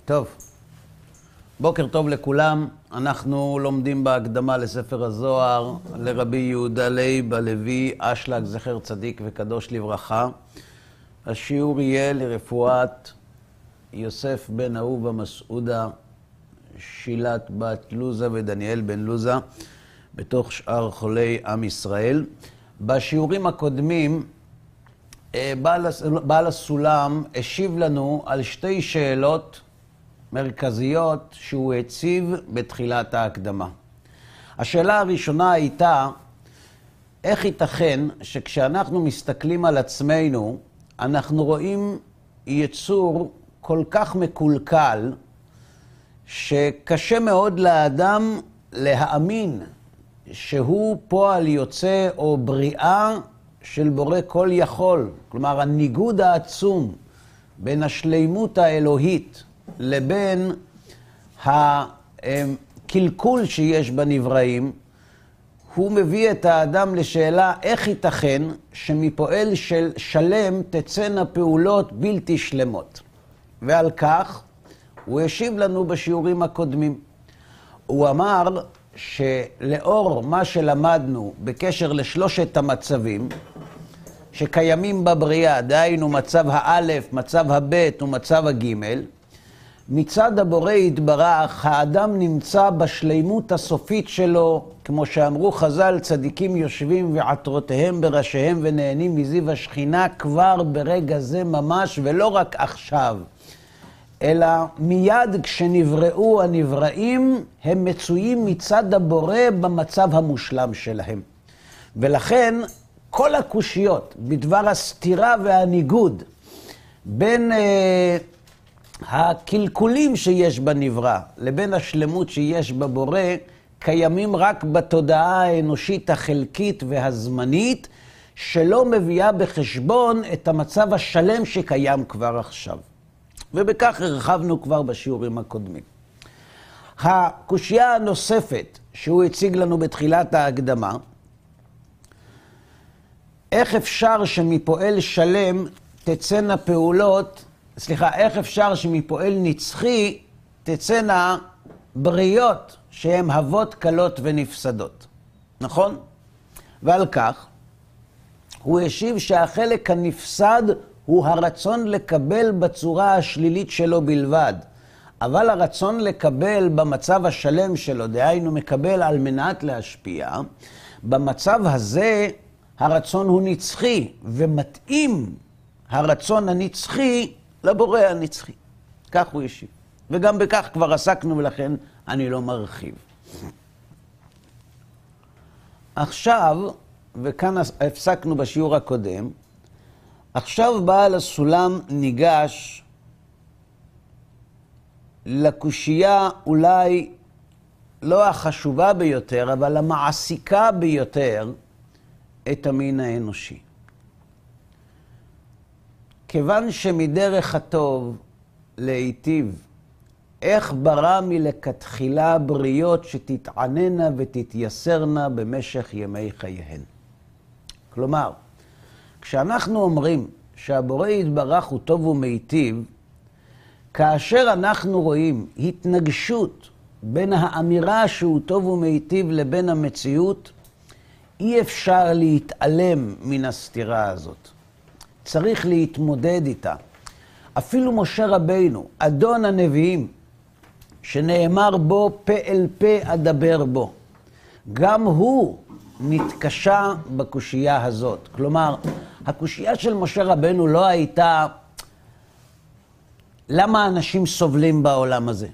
טוב, בוקר טוב לכולם. אנחנו לומדים בהקדמה לספר הזוהר לרבי יהודה לייב הלוי אשלג זכר צדיק וקדוש לברכה. השיעור יהיה לרפואת יוסף בן אהובה מסעודה, שילת בת לוזה ודניאל בן לוזה, בתוך שאר חולי עם ישראל. בשיעורים הקודמים בעל הסולם השיב לנו על שתי שאלות מרכזיות שהוא הציב בתחילת ההקדמה. השאלה הראשונה הייתה, איך ייתכן שכשאנחנו מסתכלים על עצמנו, אנחנו רואים יצור כל כך מקולקל, שקשה מאוד לאדם להאמין שהוא פועל יוצא או בריאה של בורא כל יכול. כלומר, הניגוד העצום בין השלימות האלוהית לבין הקלקול שיש בנבראים, הוא מביא את האדם לשאלה איך ייתכן שמפועל שלם תצאנה פעולות בלתי שלמות. ועל כך הוא השיב לנו בשיעורים הקודמים. הוא אמר שלאור מה שלמדנו בקשר לשלושת המצבים שקיימים בבריאה, דהיינו מצב האלף, מצב הבית ומצב הגימל, מצד הבורא יתברך, האדם נמצא בשלימות הסופית שלו, כמו שאמרו חז"ל, צדיקים יושבים ועטרותיהם בראשיהם ונהנים מזיו השכינה כבר ברגע זה ממש, ולא רק עכשיו, אלא מיד כשנבראו הנבראים, הם מצויים מצד הבורא במצב המושלם שלהם. ולכן כל הקושיות בדבר הסתירה והניגוד בין הקלקולים שיש בנברא לבין השלמות שיש בבורא, קיימים רק בתודעה האנושית החלקית והזמנית, שלא מביאה בחשבון את המצב השלם שקיים כבר עכשיו. ובכך הרחבנו כבר בשיעורים הקודמים. הקושייה הנוספת שהוא הציג לנו בתחילת ההקדמה, איך אפשר שמפועל שלם תצאנה פעולות, איך אפשר שמפועל נצחי תצאנה בריות שהן הוות קלות ונפסדות. נכון? ועל כך הוא השיב שהחלק הנפסד הוא הרצון לקבל בצורה השלילית שלו בלבד. אבל הרצון לקבל במצב השלם שלו, דהיינו מקבל על מנת להשפיע, במצב הזה הרצון הוא נצחי, ומתאים הרצון הנצחי לבורא הנצחי. כך הוא השיב. וגם בכך כבר עסקנו, ולכן אני לא מרחיב. עכשיו, וכאן הפסקנו בשיעור הקודם, עכשיו בעל הסולם ניגש לקושייה אולי לא החשובה ביותר, אבל המעסיקה ביותר את המין האנושי. כיוון שמדרך הטוב להיטיב, איך ברא מלכתחילה בריות שתתעננה ותתייסרנה במשך ימי חייהן. כלומר, כשאנחנו אומרים שהבורא יתברך הוא טוב ומיטיב, כאשר אנחנו רואים התנגשות בין האמירה שהוא טוב ומיטיב לבין המציאות, אי אפשר להתעלם מן הסתירה הזאת. צריך להתמודד איתה. אפילו משה רבינו, אדון הנביאים, שנאמר בו פה אל פה אדבר בו, גם הוא נתקשה בקושייה הזאת. כלומר, הקושייה של משה רבינו לא הייתה למה אנשים סובלים בעולם הזה.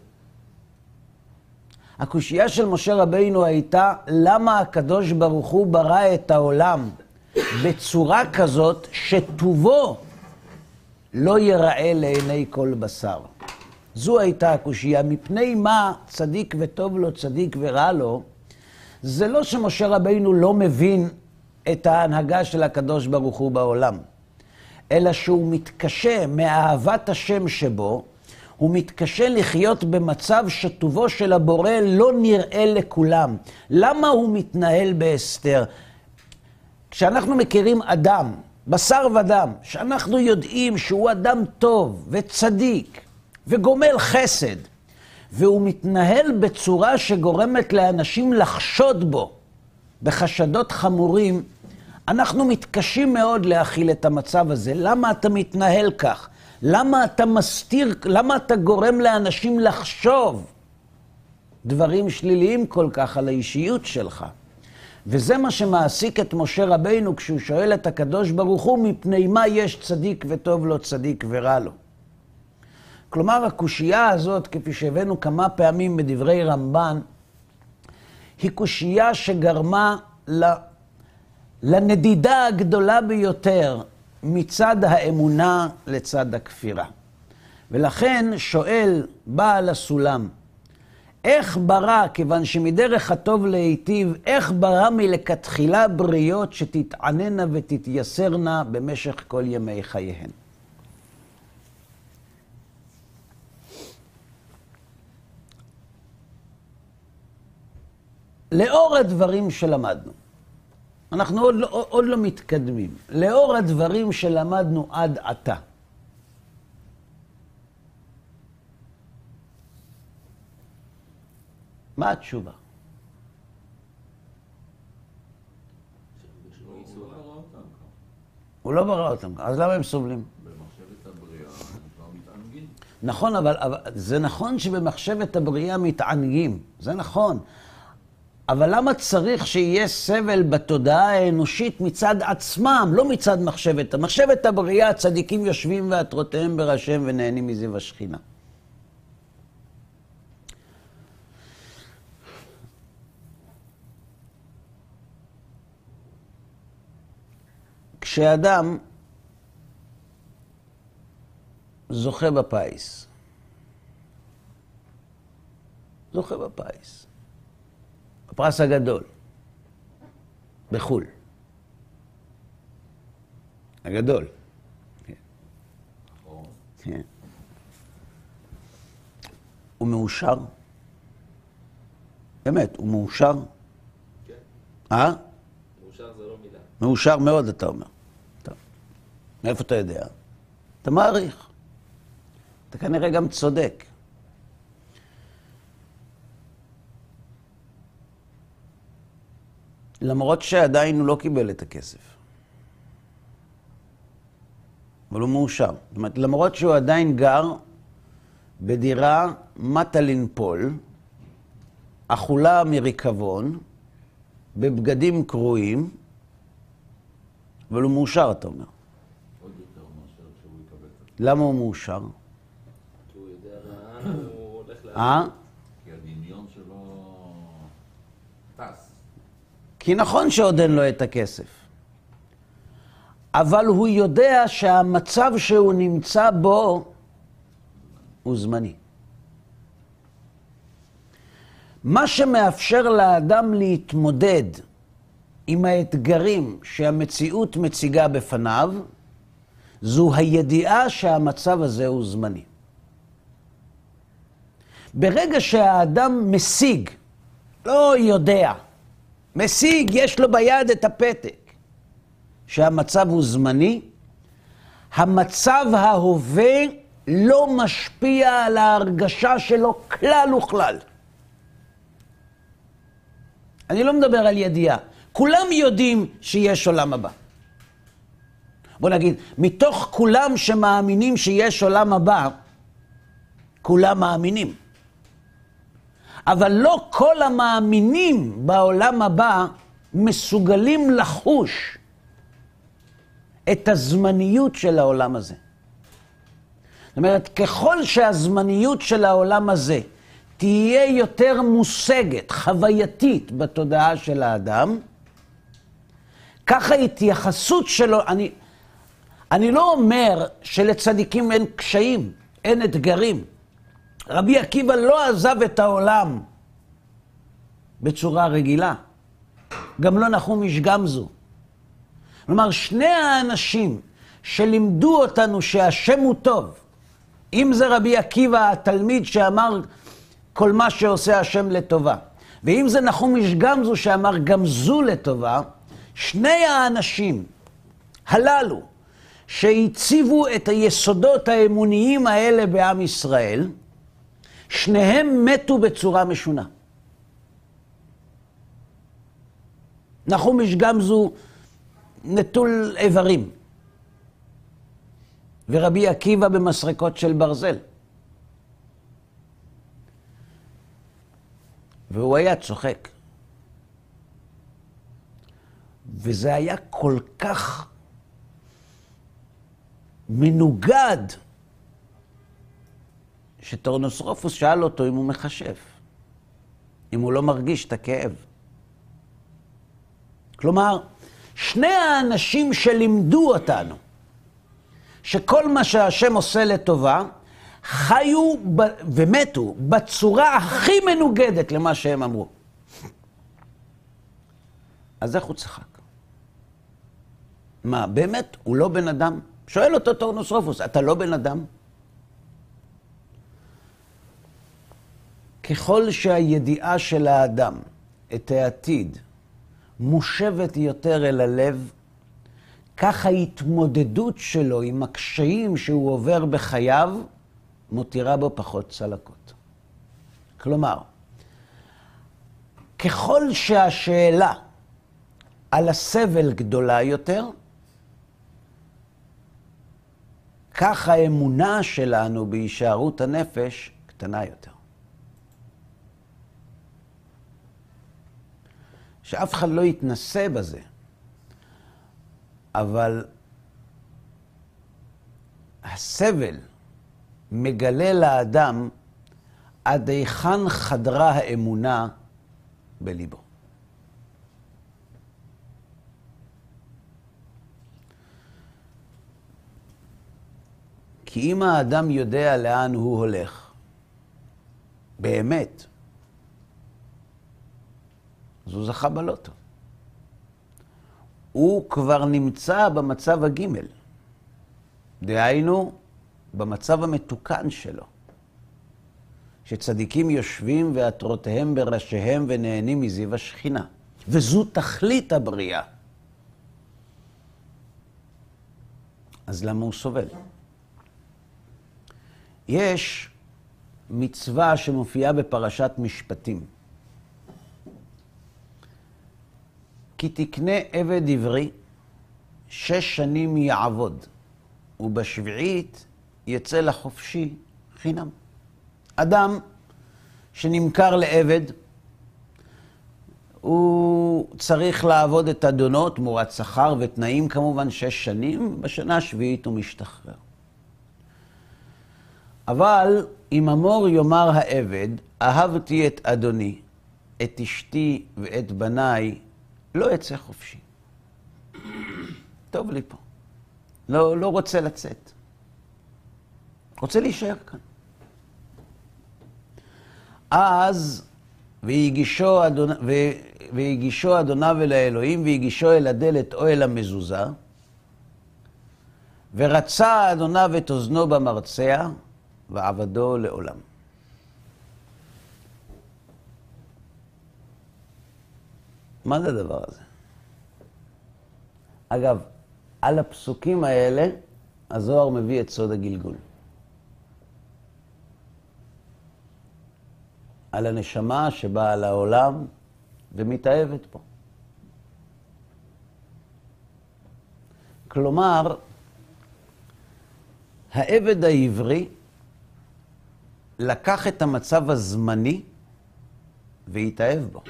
הקושייה של משה רבינו הייתה למה הקדוש ברוך הוא ברא את העולם בצורה כזאת שטובו לא ייראה לעיני כל בשר. זו הייתה הקושייה. מפני מה צדיק וטוב לו, צדיק ורע לו, זה לא שמשה רבינו לא מבין את ההנהגה של הקדוש ברוך הוא בעולם, אלא שהוא מתקשה מאהבת השם שבו, הוא מתקשה לחיות במצב שטובו של הבורא לא נראה לכולם. למה הוא מתנהל בהסתר? כשאנחנו מכירים אדם, בשר ודם, שאנחנו יודעים שהוא אדם טוב וצדיק, וגומל חסד, והוא מתנהל בצורה שגורמת לאנשים לחשוד בו בחשדות חמורים, אנחנו מתקשים מאוד להכיל את המצב הזה. למה אתה מתנהל כך? למה אתה מסתיר? למה אתה גורם לאנשים לחשוב דברים שליליים כל כך על האישיות שלך? וזה מה שמעסיק את משה רבינו כשהוא שואל את הקדוש ברוך הוא, מפני מה יש צדיק וטוב לו, צדיק ורע לו. כלומר, הקושייה הזאת, כפי שהבאנו כמה פעמים בדברי רמב"ן, היא קושייה שגרמה לנדידה הגדולה ביותר מצד האמונה לצד הכפירה. ולכן שואל בעל הסולם, איך ברא, כיוון שמדרך הטוב להיטיב, איך ברא מלכתחילה בריות שתתעננה ותתייסרנה במשך כל ימי חייהן? לאור הדברים שלמדנו, אנחנו עוד לא מתקדמים, לאור הדברים שלמדנו עד עתה, מה התשובה? הוא לא ברא אותם, אז למה הם סובלים? במחשבת הבריאה הם כבר מתענגים. נכון, אבל זה נכון שבמחשבת הבריאה מתענגים, זה נכון. אבל למה צריך שיהיה סבל בתודעה האנושית מצד עצמם, לא מצד מחשבת? מחשבת הבריאה, הצדיקים יושבים ועטרותיהם בראשיהם ונהנים מזיו השכינה. כשאדם זוכה בפיס, הפרס הגדול, בחול, הגדול. כן. הוא מאושר? באמת, הוא מאושר? כן. מאושר זה לא מילה. מאושר מאוד, אתה אומר. טוב. מאיפה אתה יודע? אתה מעריך. אתה כנראה גם צודק. למרות שעדיין הוא לא קיבל את הכסף. אבל הוא מאושר. זאת אומרת, למרות שהוא עדיין גר בדירה מטה לנפול, אכולה מריקבון, בבגדים קרועים, אבל הוא מאושר, אתה אומר. עוד יותר מאשר שהוא יקבל את הכסף. למה הוא מאושר? כי הוא יודע לאן הוא הולך לאן. כי הדמיון שלו טס. כי נכון שעוד אין לו את הכסף. אבל הוא יודע שהמצב שהוא נמצא בו הוא זמני. מה שמאפשר לאדם להתמודד עם האתגרים שהמציאות מציגה בפניו, זו הידיעה שהמצב הזה הוא זמני. ברגע שהאדם משיג, לא יודע, משיג, יש לו ביד את הפתק, שהמצב הוא זמני, המצב ההווה לא משפיע על ההרגשה שלו כלל וכלל. אני לא מדבר על ידיעה. כולם יודעים שיש עולם הבא. בוא נגיד, מתוך כולם שמאמינים שיש עולם הבא, כולם מאמינים. אבל לא כל המאמינים בעולם הבא מסוגלים לחוש את הזמניות של העולם הזה. זאת אומרת, ככל שהזמניות של העולם הזה תהיה יותר מושגת, חווייתית בתודעה של האדם, ככה התייחסות שלו, אני לא אומר שלצדיקים אין קשיים, אין אתגרים. רבי עקיבא לא עזב את העולם בצורה רגילה. גם לא נחום איש גמזו. כלומר, שני האנשים שלימדו אותנו שהשם הוא טוב, אם זה רבי עקיבא התלמיד שאמר כל מה שעושה השם לטובה, ואם זה נחום איש גמזו שאמר גמזו לטובה, שני האנשים הללו שהציבו את היסודות האמוניים האלה בעם ישראל, שניהם מתו בצורה משונה. נחום איש גמזו נטול איברים, ורבי עקיבא במסרקות של ברזל. והוא היה צוחק. וזה היה כל כך מנוגד, שטורנוסרופוס שאל אותו אם הוא מחשב, אם הוא לא מרגיש את הכאב. כלומר, שני האנשים שלימדו אותנו שכל מה שהשם עושה לטובה, חיו ומתו בצורה הכי מנוגדת למה שהם אמרו. אז איך הוא צחק? מה, באמת, הוא לא בן אדם? שואל אותו טורנוסרופוס, אתה לא בן אדם? ככל שהידיעה של האדם את העתיד מושבת יותר אל הלב, כך ההתמודדות שלו עם הקשיים שהוא עובר בחייו, מותירה בו פחות צלקות. כלומר, ככל שהשאלה על הסבל גדולה יותר, כך האמונה שלנו בהישארות הנפש קטנה יותר. שאף אחד לא יתנסה בזה, אבל הסבל מגלה לאדם עד היכן חדרה האמונה בליבו. כי אם האדם יודע לאן הוא הולך, באמת, אז הוא זכה בלוטו. הוא כבר נמצא במצב הגימל. דהיינו, במצב המתוקן שלו. שצדיקים יושבים ועטרותיהם בראשיהם ונהנים מזיו השכינה. וזו תכלית הבריאה. אז למה הוא סובל? יש מצווה שמופיעה בפרשת משפטים. כי תקנה עבד עברי 6 שנים יעבוד, ובשביעית יצא לחופשי חינם. אדם שנמכר לעבד, הוא צריך לעבוד את אדונו, תמורת שכר ותנאים כמובן 6 שנים, בשנה השביעית הוא משתחרר. אבל אם אמור יאמר העבד, אהבתי את אדוני, את אשתי ואת בניי, לא יצא חופשי. טוב לי פה. לא רוצה לצאת. רוצה להישאר כאן. אז ויגישו אדוניו אל האלוהים, ויגישו אל הדלת או אל המזוזה, ורצה אדוניו את אוזנו במרצע, ועבדו לעולם. מה זה הדבר הזה? אגב, על הפסוקים האלה, הזוהר מביא את סוד הגלגול. על הנשמה שבאה לעולם ומתאהבת פה. כלומר, העבד העברי לקח את המצב הזמני והתאהב בו.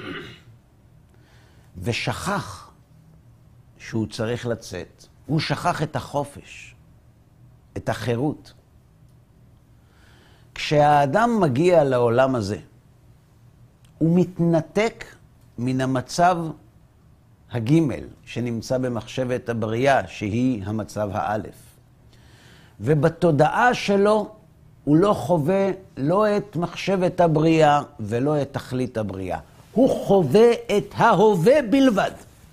ושכח שהוא צריך לצאת. הוא שכח את החופש, את החירות. כשהאדם מגיע לעולם הזה, הוא מתנתק מן המצב הגימל שנמצא במחשבת הבריאה, שהיא המצב האלף. ובתודעה שלו הוא לא חווה לא את מחשבת הבריאה ולא את תכלית הבריאה. הוא חווה את ההווה בלבד.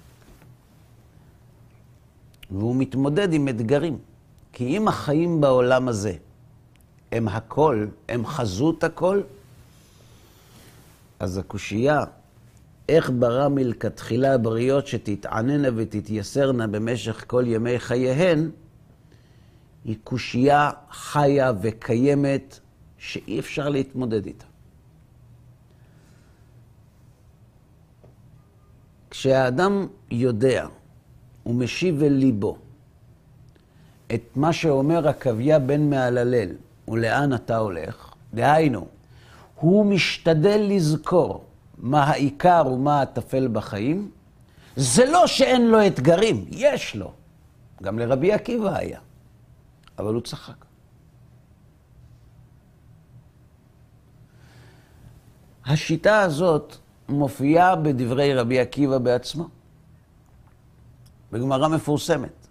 והוא מתמודד עם אתגרים. כי אם החיים בעולם הזה הם הכל, הם חזות הכל, אז הקושייה, איך ברא מלכתחילה בריות שתתעננה ותתייסרנה במשך כל ימי חייהן, היא קושייה חיה וקיימת שאי אפשר להתמודד איתה. כשהאדם יודע ומשיב אל ליבו את מה שאומר עקביה בן מהללל, ולאן אתה הולך, דהיינו, הוא משתדל לזכור מה העיקר ומה הטפל בחיים, זה לא שאין לו אתגרים, יש לו. גם לרבי עקיבא היה, אבל הוא צחק. השיטה הזאת מופיעה בדברי רבי עקיבא בעצמו, בגמרא מפורסמת,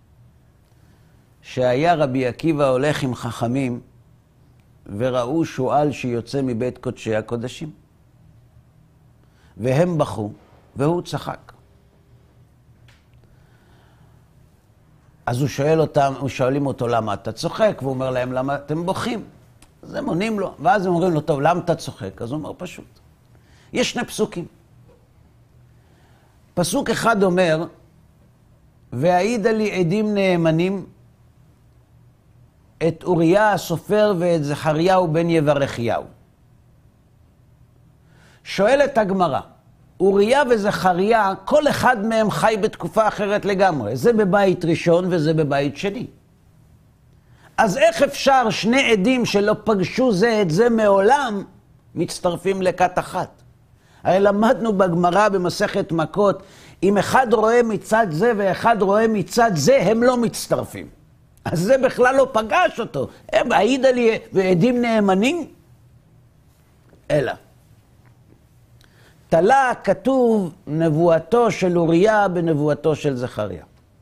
שהיה רבי עקיבא הולך עם חכמים, וראו שועל שיוצא מבית קודשי הקודשים. והם בכו, והוא צחק. אז שואלים אותו למה אתה צוחק, והוא אומר להם למה אתם בוכים. אז הם עונים לו, ואז הם אומרים לו, טוב, למה אתה צוחק? אז הוא אומר פשוט. יש שני פסוקים. פסוק אחד אומר, והעידה לי עדים נאמנים, את אוריה הסופר ואת זכריהו בן יברכיהו. שואלת הגמרא, אוריה וזכריה, כל אחד מהם חי בתקופה אחרת לגמרי. זה בבית ראשון וזה בבית שני. אז איך אפשר שני עדים שלא פגשו זה את זה מעולם, מצטרפים לכת אחת? הרי למדנו בגמרא במסכת מכות, אם אחד רואה מצד זה ואחד רואה מצד זה, הם לא מצטרפים. אז זה בכלל לא פגש אותו. הם העידה לי ועדים נאמנים? אלא. תלה כתוב נבואתו של אוריה בנבואתו של זכריה.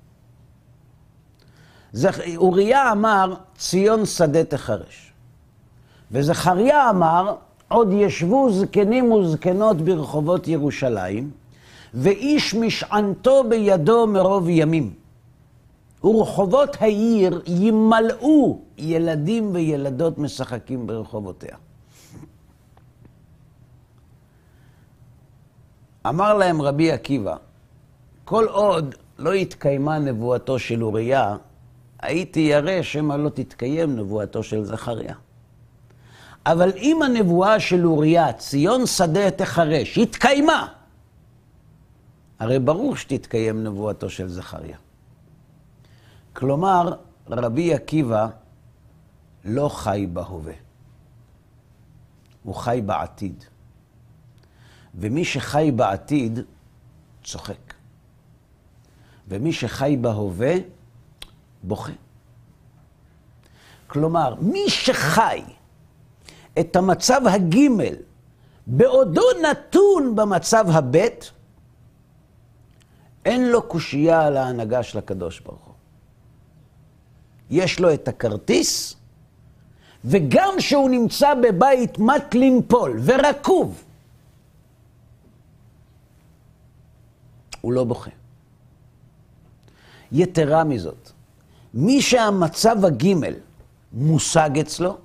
אוריה אמר, ציון שדה תחרש. וזכריה אמר, עוד ישבו זקנים וזקנות ברחובות ירושלים, ואיש משענתו בידו מרוב ימים. ורחובות העיר ימלאו ילדים וילדות משחקים ברחובותיה. אמר להם רבי עקיבא, כל עוד לא התקיימה נבואתו של אוריה, הייתי ירא שמא לא תתקיים נבואתו של זכריה. אבל אם הנבואה של אוריה, ציון שדה תחרש, התקיימה, הרי ברור שתתקיים נבואתו של זכריה. כלומר, רבי עקיבא לא חי בהווה. הוא חי בעתיד. ומי שחי בעתיד, צוחק. ומי שחי בהווה, בוכה. כלומר, מי שחי את המצב הגימל, בעודו נתון במצב הבית, אין לו קושייה על ההנהגה של הקדוש ברוך הוא. יש לו את הכרטיס, וגם שהוא נמצא בבית מת לנפול ורקוב, הוא לא בוכה. יתרה מזאת, מי שהמצב הגימל מושג אצלו,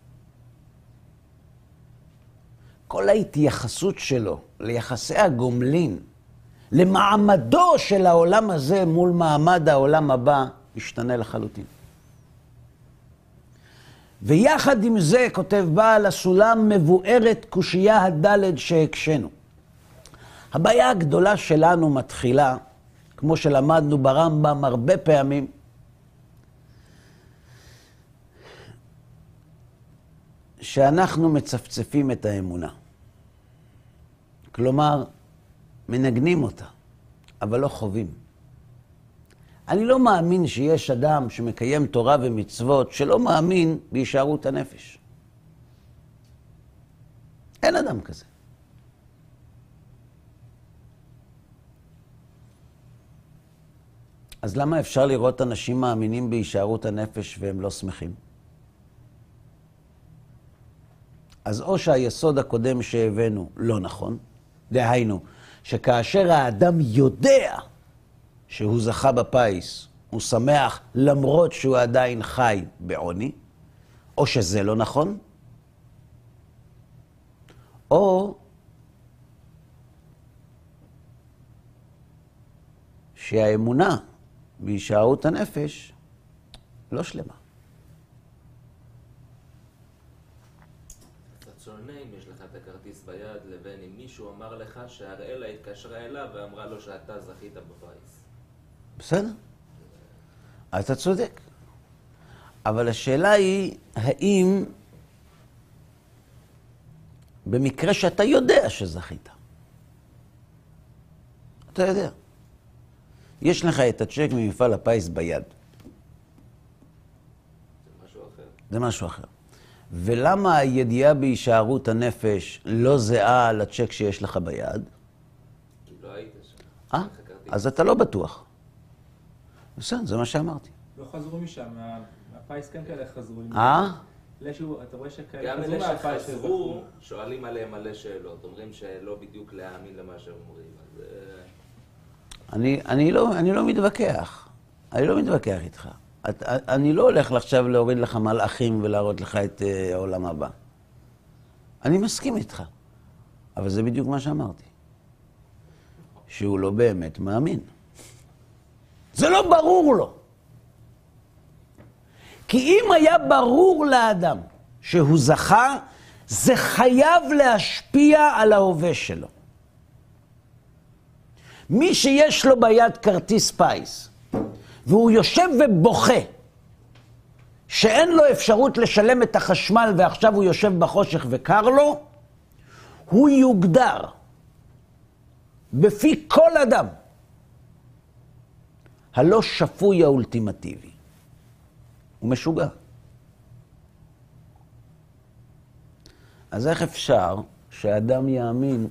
כל ההתייחסות שלו ליחסי הגומלין, למעמדו של העולם הזה מול מעמד העולם הבא, ישתנה לחלוטין. ויחד עם זה, כותב בעל הסולם, מבוארת קושייה הדלת שהקשנו. הבעיה הגדולה שלנו מתחילה, כמו שלמדנו ברמב"ם הרבה פעמים, שאנחנו מצפצפים את האמונה. כלומר, מנגנים אותה, אבל לא חווים. אני לא מאמין שיש אדם שמקיים תורה ומצוות שלא מאמין בהישארות הנפש. אין אדם כזה. אז למה אפשר לראות אנשים מאמינים בהישארות הנפש והם לא שמחים? אז או שהיסוד הקודם שהבאנו לא נכון, דהיינו, שכאשר האדם יודע שהוא זכה בפיס, הוא שמח למרות שהוא עדיין חי בעוני, או שזה לא נכון, או שהאמונה בהישארות הנפש לא שלמה. קצת שונה אם יש לך את הכרטיס ביד לבין אם מישהו אמר לך שהראלה התקשרה אליו ואמרה לו שאתה זכית בפרייס. בסדר? אתה צודק. אבל השאלה היא, האם במקרה שאתה יודע שזכית, אתה יודע, יש לך את הצ'ק ממפעל הפיס ביד. זה משהו אחר. זה משהו אחר. ולמה הידיעה בהישארות הנפש לא זהה לצ'ק שיש לך ביד? כי לא היית שם. אז אתה לא בטוח. בסדר, זה מה שאמרתי. לא חזרו משם, מהפיס כן כאלה חזרו. אתה רואה שכאלה גם חזרו אלה מהפיס שחזרו, שואלים עליהם מלא שאלות. אומרים שלא בדיוק להאמין למה שהם אומרים. אני לא מתווכח. אני לא מתווכח איתך. אני לא הולך עכשיו להוריד לך מלאכים ולהראות לך את העולם הבא. אני מסכים איתך. אבל זה בדיוק מה שאמרתי. שהוא לא באמת מאמין. זה לא ברור לו. כי אם היה ברור לאדם שהוא זכה, זה חייב להשפיע על ההווה שלו. מי שיש לו ביד כרטיס פיס, והוא יושב ובוכה, שאין לו אפשרות לשלם את החשמל ועכשיו הוא יושב בחושך וקר לו, הוא יוגדר בפי כל אדם הלא שפוי האולטימטיבי. הוא משוגע. אז איך אפשר שאדם יאמין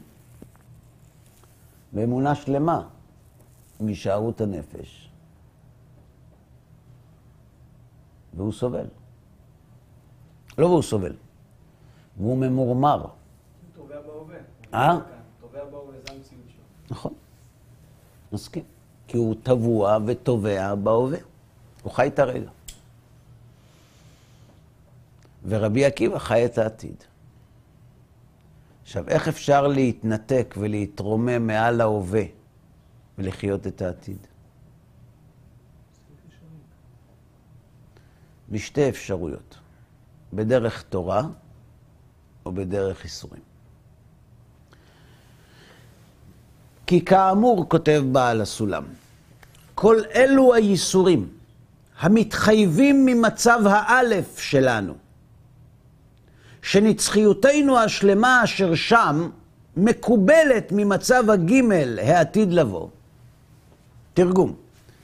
באמונה שלמה מהישארות הנפש והוא סובל? לא והוא סובל, והוא ממורמר. הוא תובע בהווה. תובע בהווה, זה המציאות שלו. נכון, מסכים. כי הוא טבוע ותובע בהווה. הוא חי את הרגע. ורבי עקיבא חי את העתיד. עכשיו, איך אפשר להתנתק ולהתרומם מעל ההווה ולחיות את העתיד? בשתי אפשרויות. בדרך תורה או בדרך איסורים. כי כאמור, כותב בעל הסולם, כל אלו הייסורים המתחייבים ממצב האלף שלנו, שנצחיותנו השלמה אשר שם מקובלת ממצב הגימל העתיד לבוא. תרגום.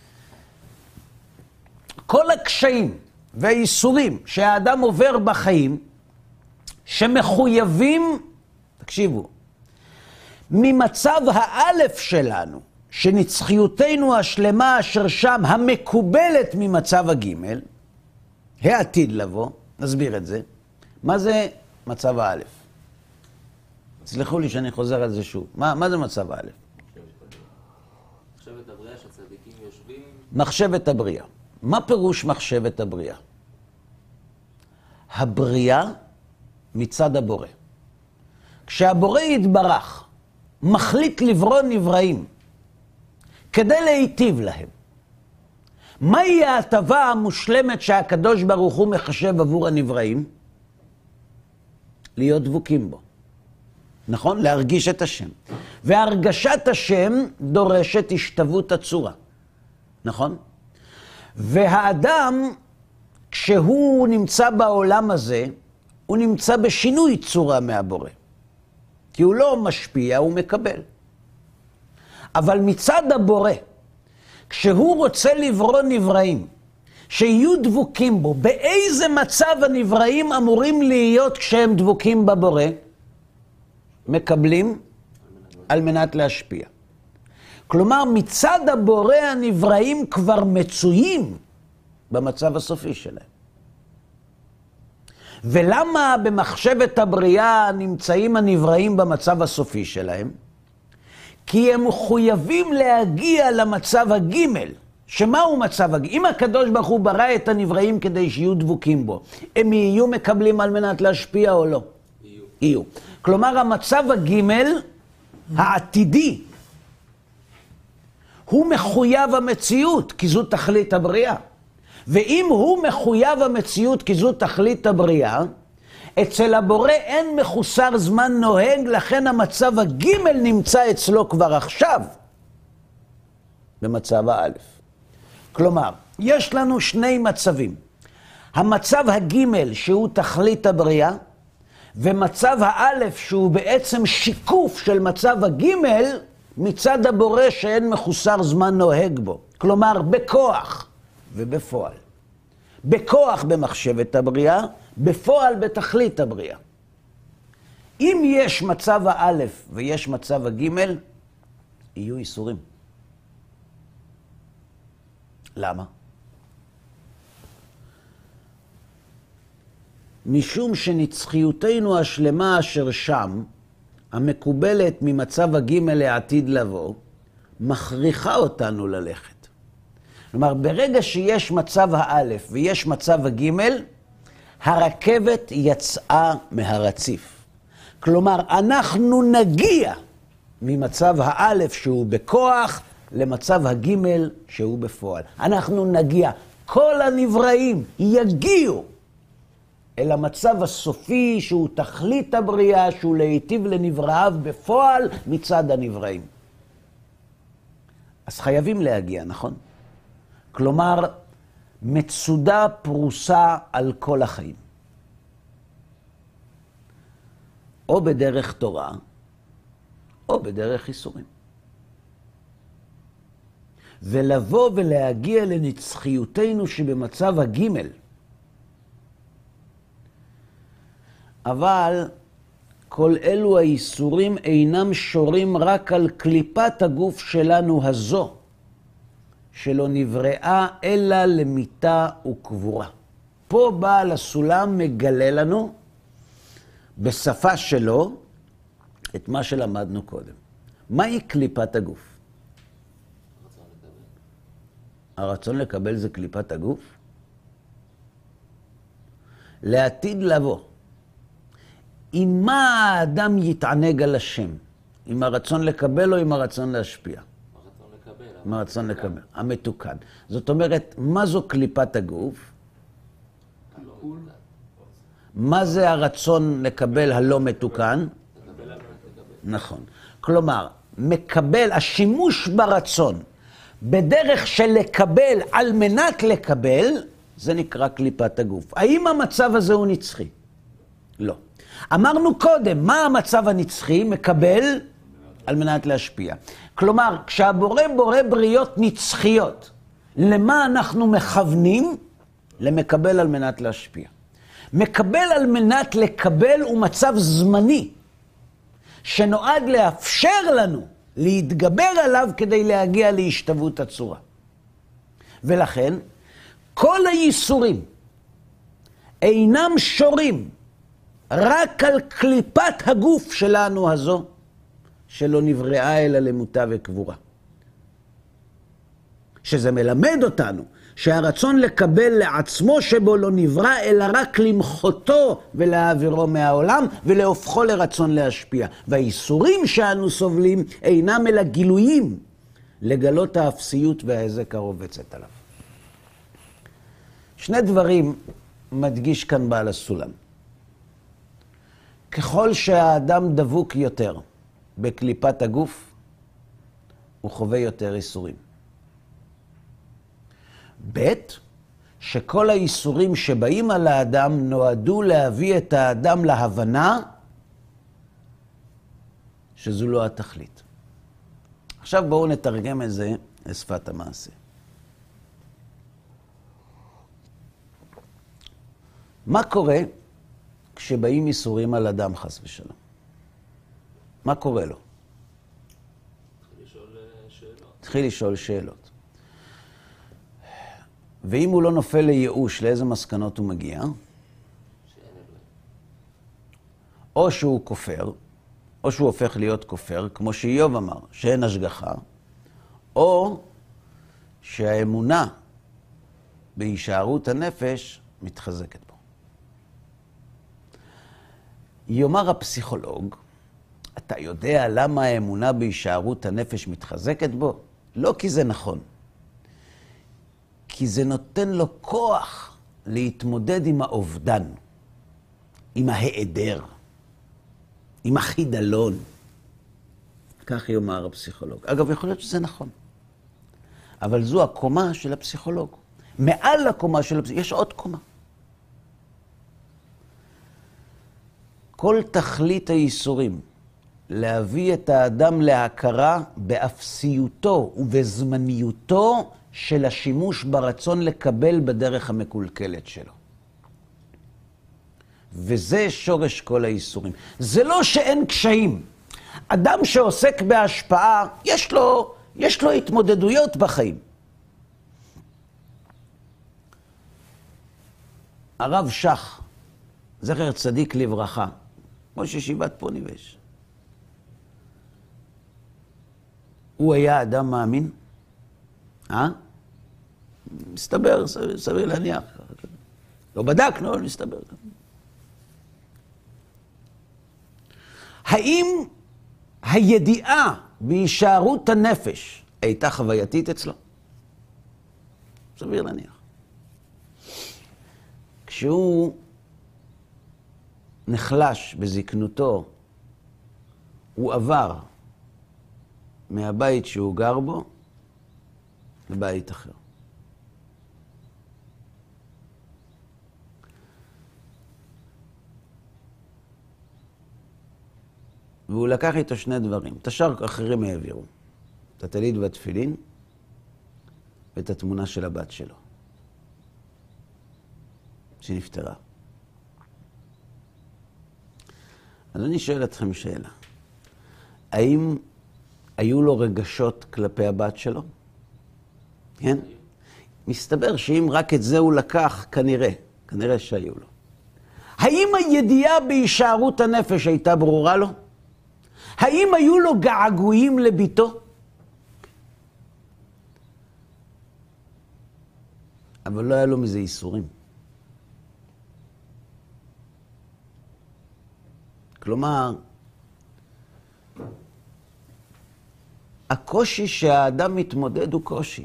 כל הקשיים והייסורים שהאדם עובר בחיים, שמחויבים, תקשיבו, ממצב האלף שלנו, שנצחיותנו השלמה אשר שם המקובלת ממצב הגימל, העתיד לבוא, נסביר את זה. מה זה מצב האלף? סלחו לי שאני חוזר על זה שוב. מה זה מצב האלף? מחשבת הבריאה שהצדיקים יושבים. מחשבת הבריאה. מה פירוש מחשבת הבריאה? הבריאה מצד הבורא. כשהבורא יתברך, מחליט לברוא נבראים כדי להיטיב להם. מהי ההטבה המושלמת שהקדוש ברוך הוא מחשב עבור הנבראים? להיות דבוקים בו. נכון? להרגיש את השם. והרגשת השם דורשת השתוות הצורה. נכון? והאדם, כשהוא נמצא בעולם הזה, הוא נמצא בשינוי צורה מהבורא. כי הוא לא משפיע, הוא מקבל. אבל מצד הבורא, כשהוא רוצה לברוא נבראים, שיהיו דבוקים בו, באיזה מצב הנבראים אמורים להיות כשהם דבוקים בבורא? מקבלים על מנת להשפיע. כלומר, מצד הבורא הנבראים כבר מצויים במצב הסופי שלהם. ולמה במחשבת הבריאה נמצאים הנבראים במצב הסופי שלהם? כי הם מחויבים להגיע למצב הגימל. שמהו מצב הגימל? אם הקדוש ברוך הוא ברא את הנבראים כדי שיהיו דבוקים בו, הם יהיו מקבלים על מנת להשפיע או לא? יהיו. כלומר, המצב הגימל העתידי הוא מחויב המציאות, כי זו תכלית הבריאה. ואם הוא מחויב המציאות כי זו תכלית הבריאה, אצל הבורא אין מחוסר זמן נוהג, לכן המצב הגימל נמצא אצלו כבר עכשיו, במצב האלף. כלומר, יש לנו שני מצבים. המצב הגימל שהוא תכלית הבריאה, ומצב האלף שהוא בעצם שיקוף של מצב הגימל, מצד הבורא שאין מחוסר זמן נוהג בו. כלומר, בכוח ובפועל. בכוח במחשבת הבריאה, בפועל בתכלית הבריאה. אם יש מצב האלף ויש מצב הגימל, יהיו איסורים. למה? משום שנצחיותנו השלמה אשר שם, המקובלת ממצב הגימל לעתיד לבוא, מכריחה אותנו ללכת. כלומר, ברגע שיש מצב האלף ויש מצב הגימל, הרכבת יצאה מהרציף. כלומר, אנחנו נגיע ממצב האלף שהוא בכוח למצב הגימל שהוא בפועל. אנחנו נגיע, כל הנבראים יגיעו אל המצב הסופי שהוא תכלית הבריאה, שהוא להיטיב לנבראיו בפועל מצד הנבראים. אז חייבים להגיע, נכון? כלומר, מצודה פרוסה על כל החיים. או בדרך תורה, או בדרך ייסורים. ולבוא ולהגיע לנצחיותנו שבמצב הגימל. אבל כל אלו האיסורים אינם שורים רק על קליפת הגוף שלנו הזו, שלא נבראה אלא למיתה וקבורה. פה בעל הסולם מגלה לנו בשפה שלו את מה שלמדנו קודם. מהי קליפת הגוף? הרצון לקבל זה קליפת הגוף? לעתיד לבוא. עם מה האדם יתענג על השם? עם הרצון לקבל או עם הרצון להשפיע? עם הרצון לקבל. המתוקן. זאת אומרת, מה זו קליפת הגוף? מה זה הרצון לקבל הלא מתוקן? נכון. כלומר, מקבל, השימוש ברצון, בדרך של לקבל על מנת לקבל, זה נקרא קליפת הגוף. האם המצב הזה הוא נצחי? לא. אמרנו קודם, מה המצב הנצחי? מקבל על מנת להשפיע. כלומר, כשהבורא בורא בריות נצחיות, למה אנחנו מכוונים? למקבל על מנת להשפיע. מקבל על מנת לקבל הוא מצב זמני, שנועד לאפשר לנו להתגבר עליו כדי להגיע להשתוות הצורה. ולכן, כל הייסורים אינם שורים רק על קליפת הגוף שלנו הזו, שלא נבראה אלא למותה וקבורה. שזה מלמד אותנו שהרצון לקבל לעצמו שבו לא נברא, אלא רק למחותו ולהעבירו מהעולם ולהופכו לרצון להשפיע. והאיסורים שאנו סובלים אינם אלא גילויים לגלות האפסיות וההזק הרובצת עליו. שני דברים מדגיש כאן בעל הסולם. ככל שהאדם דבוק יותר בקליפת הגוף, הוא חווה יותר איסורים. ב' שכל האיסורים שבאים על האדם נועדו להביא את האדם להבנה שזו לא התכלית. עכשיו בואו נתרגם את זה לשפת המעשה. מה קורה כשבאים איסורים על אדם חס ושלום? מה קורה לו? התחיל לשאול שאלות. ואם הוא לא נופל לייאוש, לאיזה מסקנות הוא מגיע? או שהוא כופר, או שהוא הופך להיות כופר, כמו שאיוב אמר, שאין השגחה, או שהאמונה בהישארות הנפש מתחזקת בו. יאמר הפסיכולוג, אתה יודע למה האמונה בהישארות הנפש מתחזקת בו? לא כי זה נכון. כי זה נותן לו כוח להתמודד עם האובדן, עם ההיעדר, עם החידלון. כך יאמר הפסיכולוג. אגב, יכול להיות שזה נכון. אבל זו הקומה של הפסיכולוג. מעל הקומה של הפסיכולוג, יש עוד קומה. כל תכלית הייסורים, להביא את האדם להכרה באפסיותו ובזמניותו של השימוש ברצון לקבל בדרך המקולקלת שלו. וזה שורש כל הייסורים. זה לא שאין קשיים. אדם שעוסק בהשפעה, יש לו התמודדויות בחיים. הרב שך, זכר צדיק לברכה, ראש ישיבת פוניבז', הוא היה אדם מאמין? מסתבר, סביר להניח. לא בדקנו, אבל מסתבר. האם הידיעה בהישארות הנפש הייתה חווייתית אצלו? סביר להניח. כשהוא נחלש בזקנותו, הוא עבר מהבית שהוא גר בו לבית אחר. והוא לקח איתו שני דברים. את השאר אחרים העבירו. את הטלית והתפילין ואת התמונה של הבת שלו, שנפטרה. אז אני שואל אתכם שאלה. האם היו לו רגשות כלפי הבת שלו? כן? מסתבר שאם רק את זה הוא לקח, כנראה שהיו לו. האם הידיעה בהישארות הנפש הייתה ברורה לו? האם היו לו געגועים לביתו? אבל לא היה לו מזה ייסורים. כלומר, הקושי שהאדם מתמודד הוא קושי.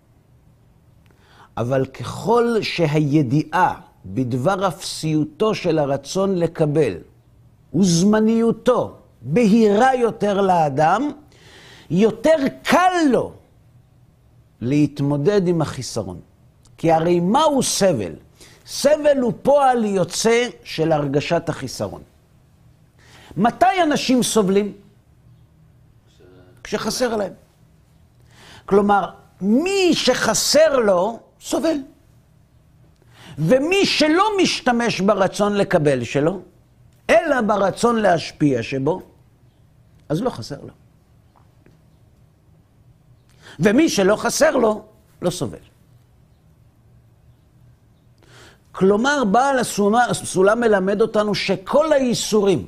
אבל ככל שהידיעה בדבר אפסיותו של הרצון לקבל וזמניותו בהירה יותר לאדם, יותר קל לו להתמודד עם החיסרון. כי הרי מהו סבל? סבל הוא פועל יוצא של הרגשת החיסרון. מתי אנשים סובלים? כשחסר להם. כלומר, מי שחסר לו, סובל. ומי שלא משתמש ברצון לקבל שלו, אלא ברצון להשפיע שבו, אז לא חסר לו. ומי שלא חסר לו, לא סובל. כלומר, בעל הסולם מלמד אותנו שכל הייסורים,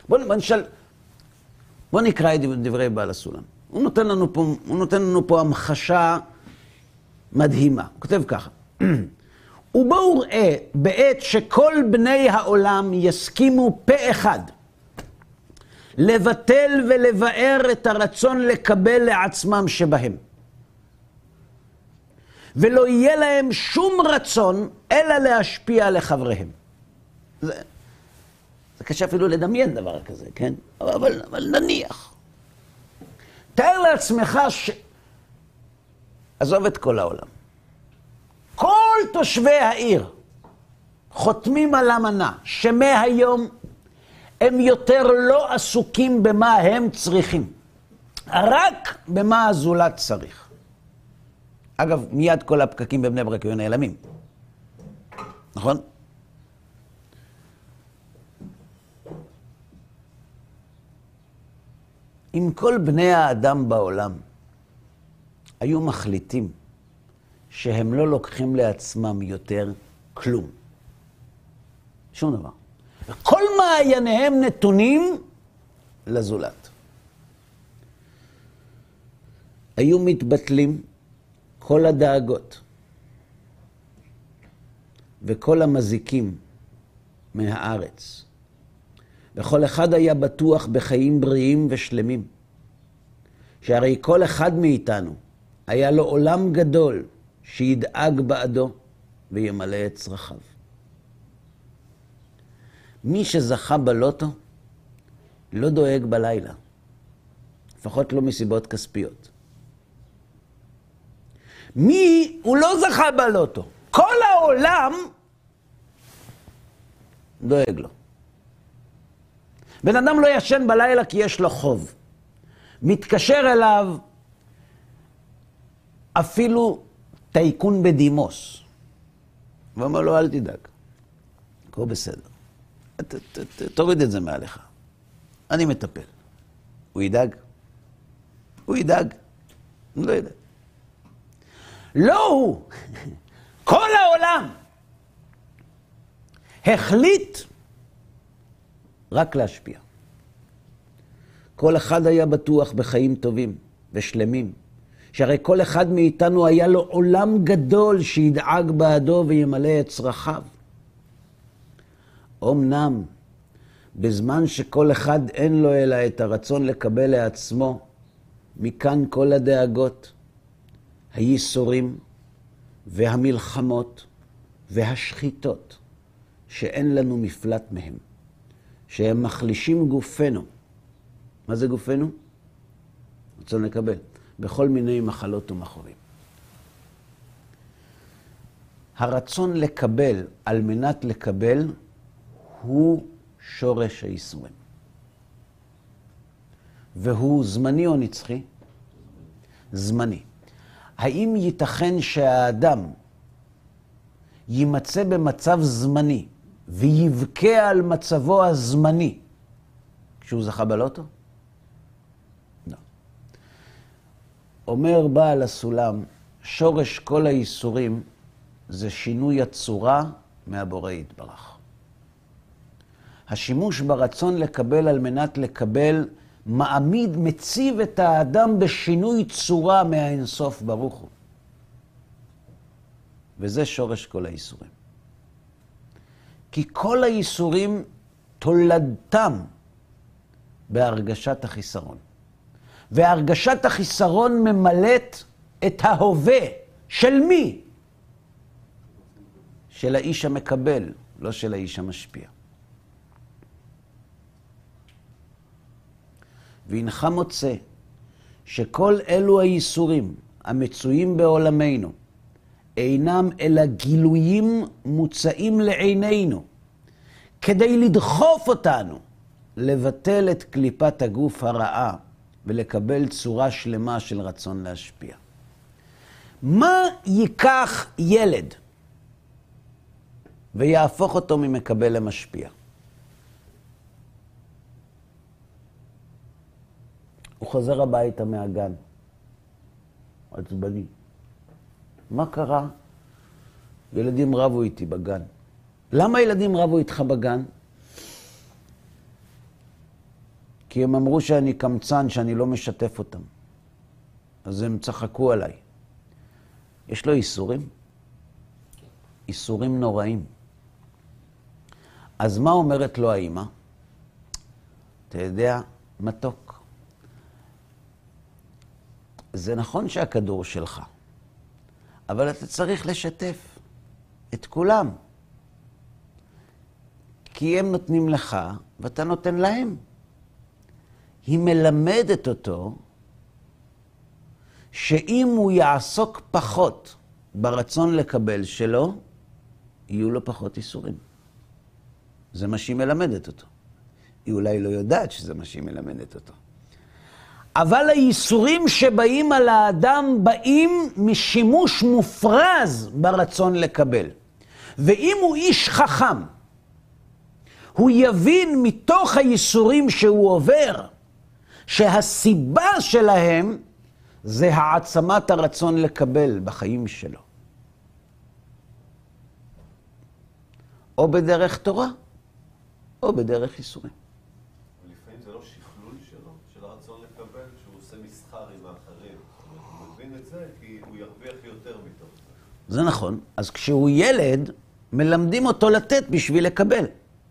בוא נקרא את דברי בעל הסולם. הוא נותן לנו פה המחשה מדהימה. הוא כותב ככה. ובואו ראה בעת שכל בני העולם יסכימו פה אחד לבטל ולבאר את הרצון לקבל לעצמם שבהם. ולא יהיה להם שום רצון אלא להשפיע לחבריהם. זה קשה אפילו לדמיין דבר כזה, כן? אבל נניח. תאר לעצמך עזוב את כל העולם. כל תושבי העיר חותמים על אמנה שמהיום הם יותר לא עסוקים במה הם צריכים, רק במה הזולת צריך. אגב, מיד כל הפקקים בבני ברק היו נעלמים. נכון? אם כל בני האדם בעולם היו מחליטים שהם לא לוקחים לעצמם יותר כלום, שום דבר, כל מעייניהם נתונים לזולת, היו מתבטלים כל הדאגות וכל המזיקים מהארץ, וכל אחד היה בטוח בחיים בריאים ושלמים, שהרי כל אחד מאיתנו היה לו עולם גדול שידאג בעדו וימלא את צרכיו. מי שזכה בלוטו לא דואג בלילה, לפחות לא מסיבות כספיות. מי הוא לא זכה בלוטו? כל העולם דואג לו. בן אדם לא ישן בלילה כי יש לו חוב. מתקשר אליו אפילו טייקון בדימוס. ואומר לו, אל תדאג, הכל בסדר. תוריד את זה מעליך. אני מטפל. הוא ידאג? הוא ידאג? הוא לא ידאג. לא הוא. כל העולם החליט רק להשפיע. כל אחד היה בטוח בחיים טובים ושלמים, שהרי כל אחד מאיתנו היה לו עולם גדול שידאג בעדו וימלא את צרכיו. אמנם, בזמן שכל אחד אין לו אלא את הרצון לקבל לעצמו, מכאן כל הדאגות, הייסורים והמלחמות והשחיטות, שאין לנו מפלט מהם, שהם מחלישים גופנו. מה זה גופנו? רצון לקבל. בכל מיני מחלות ומכאובים. הרצון לקבל על מנת לקבל הוא שורש הייסורים. והוא זמני או נצחי? זמני. האם ייתכן שהאדם יימצא במצב זמני ויבכה על מצבו הזמני כשהוא זכה בלוטו? לא. אומר בעל הסולם, שורש כל הייסורים זה שינוי הצורה מהבורא יתברך. השימוש ברצון לקבל על מנת לקבל מעמיד, מציב את האדם בשינוי צורה מהאינסוף ברוך הוא. וזה שורש כל הייסורים. כי כל הייסורים תולדתם בהרגשת החיסרון. והרגשת החיסרון ממלאת את ההווה של מי? של האיש המקבל, לא של האיש המשפיע. והנך מוצא שכל אלו הייסורים המצויים בעולמנו אינם אלא גילויים מוצאים לעינינו כדי לדחוף אותנו לבטל את קליפת הגוף הרעה ולקבל צורה שלמה של רצון להשפיע. מה ייקח ילד ויהפוך אותו ממקבל למשפיע? הוא חוזר הביתה מהגן, עצבני. מה קרה? ילדים רבו איתי בגן. למה ילדים רבו איתך בגן? כי הם אמרו שאני קמצן, שאני לא משתף אותם. אז הם צחקו עליי. יש לו איסורים? איסורים נוראים. אז מה אומרת לו האמא? אתה יודע, מתוק. זה נכון שהכדור שלך, אבל אתה צריך לשתף את כולם. כי הם נותנים לך ואתה נותן להם. היא מלמדת אותו שאם הוא יעסוק פחות ברצון לקבל שלו, יהיו לו פחות איסורים. זה מה שהיא מלמדת אותו. היא אולי לא יודעת שזה מה שהיא מלמדת אותו. אבל הייסורים שבאים על האדם באים משימוש מופרז ברצון לקבל. ואם הוא איש חכם, הוא יבין מתוך הייסורים שהוא עובר, שהסיבה שלהם זה העצמת הרצון לקבל בחיים שלו. או בדרך תורה, או בדרך ייסורים. לפעמים זה לא שכלול שלו, של הרצון לקבל, שהוא עושה מסחר עם האחרים. הוא מבין את זה כי הוא ירוויח יותר מתוך זה. זה נכון. אז כשהוא ילד, מלמדים אותו לתת בשביל לקבל.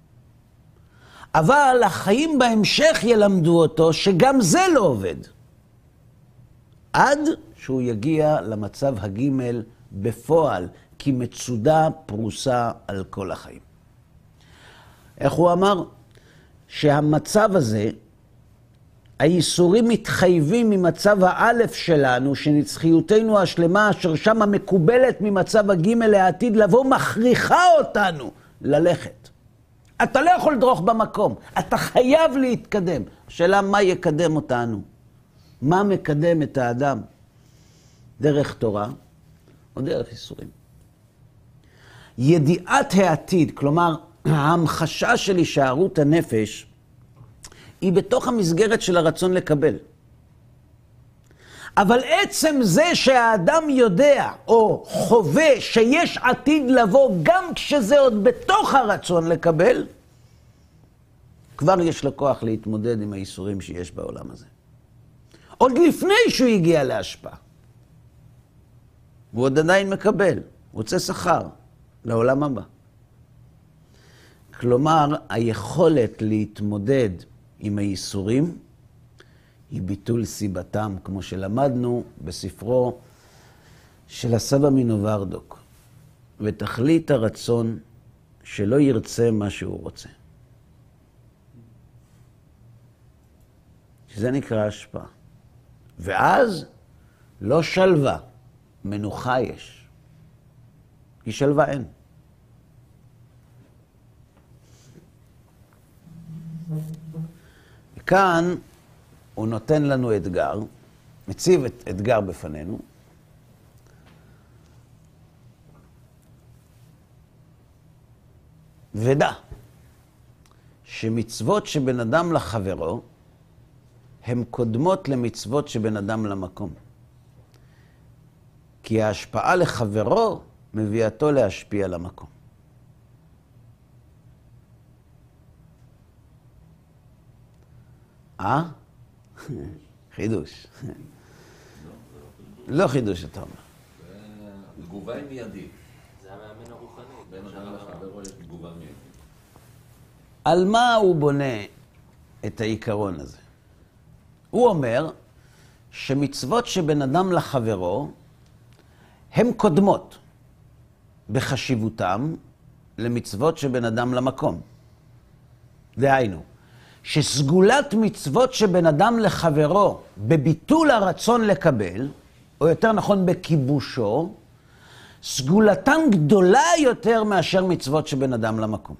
אבל החיים בהמשך ילמדו אותו שגם זה לא עובד. עד שהוא יגיע למצב הגימל בפועל, כי מצודה פרוסה על כל החיים. איך הוא אמר? שהמצב הזה, הייסורים מתחייבים ממצב האלף שלנו, שנצחיותנו השלמה, אשר שמה מקובלת ממצב הגימל לעתיד לבוא, מכריחה אותנו ללכת. אתה לא יכול לדרוך במקום, אתה חייב להתקדם. השאלה מה יקדם אותנו? מה מקדם את האדם? דרך תורה או דרך ייסורים? ידיעת העתיד, כלומר, ההמחשה של הישארות הנפש, היא בתוך המסגרת של הרצון לקבל. אבל עצם זה שהאדם יודע או חווה שיש עתיד לבוא גם כשזה עוד בתוך הרצון לקבל, כבר יש לו כוח להתמודד עם הייסורים שיש בעולם הזה. עוד לפני שהוא הגיע להשפעה. הוא עוד עדיין מקבל, רוצה שכר לעולם הבא. כלומר, היכולת להתמודד עם הייסורים היא ביטול סיבתם, כמו שלמדנו בספרו של הסבא מנוברדוק. ותכלית הרצון שלא ירצה מה שהוא רוצה. שזה נקרא השפעה. ואז לא שלווה, מנוחה יש. כי שלווה אין. וכאן הוא נותן לנו אתגר, מציב את אתגר בפנינו, ודע שמצוות שבין אדם לחברו הן קודמות למצוות שבין אדם למקום. כי ההשפעה לחברו מביאתו להשפיע למקום. חידוש. לא חידוש, אתה אומר. תגובה היא מיידית. זה המאמן הרוחני. בין אדם לחברו יש תגובה מיידית. על מה הוא בונה את העיקרון הזה? הוא אומר שמצוות שבין אדם לחברו הן קודמות בחשיבותם למצוות שבין אדם למקום. דהיינו, שסגולת מצוות שבין אדם לחברו בביטול הרצון לקבל, או יותר נכון בכיבושו, סגולתן גדולה יותר מאשר מצוות שבין אדם למקום.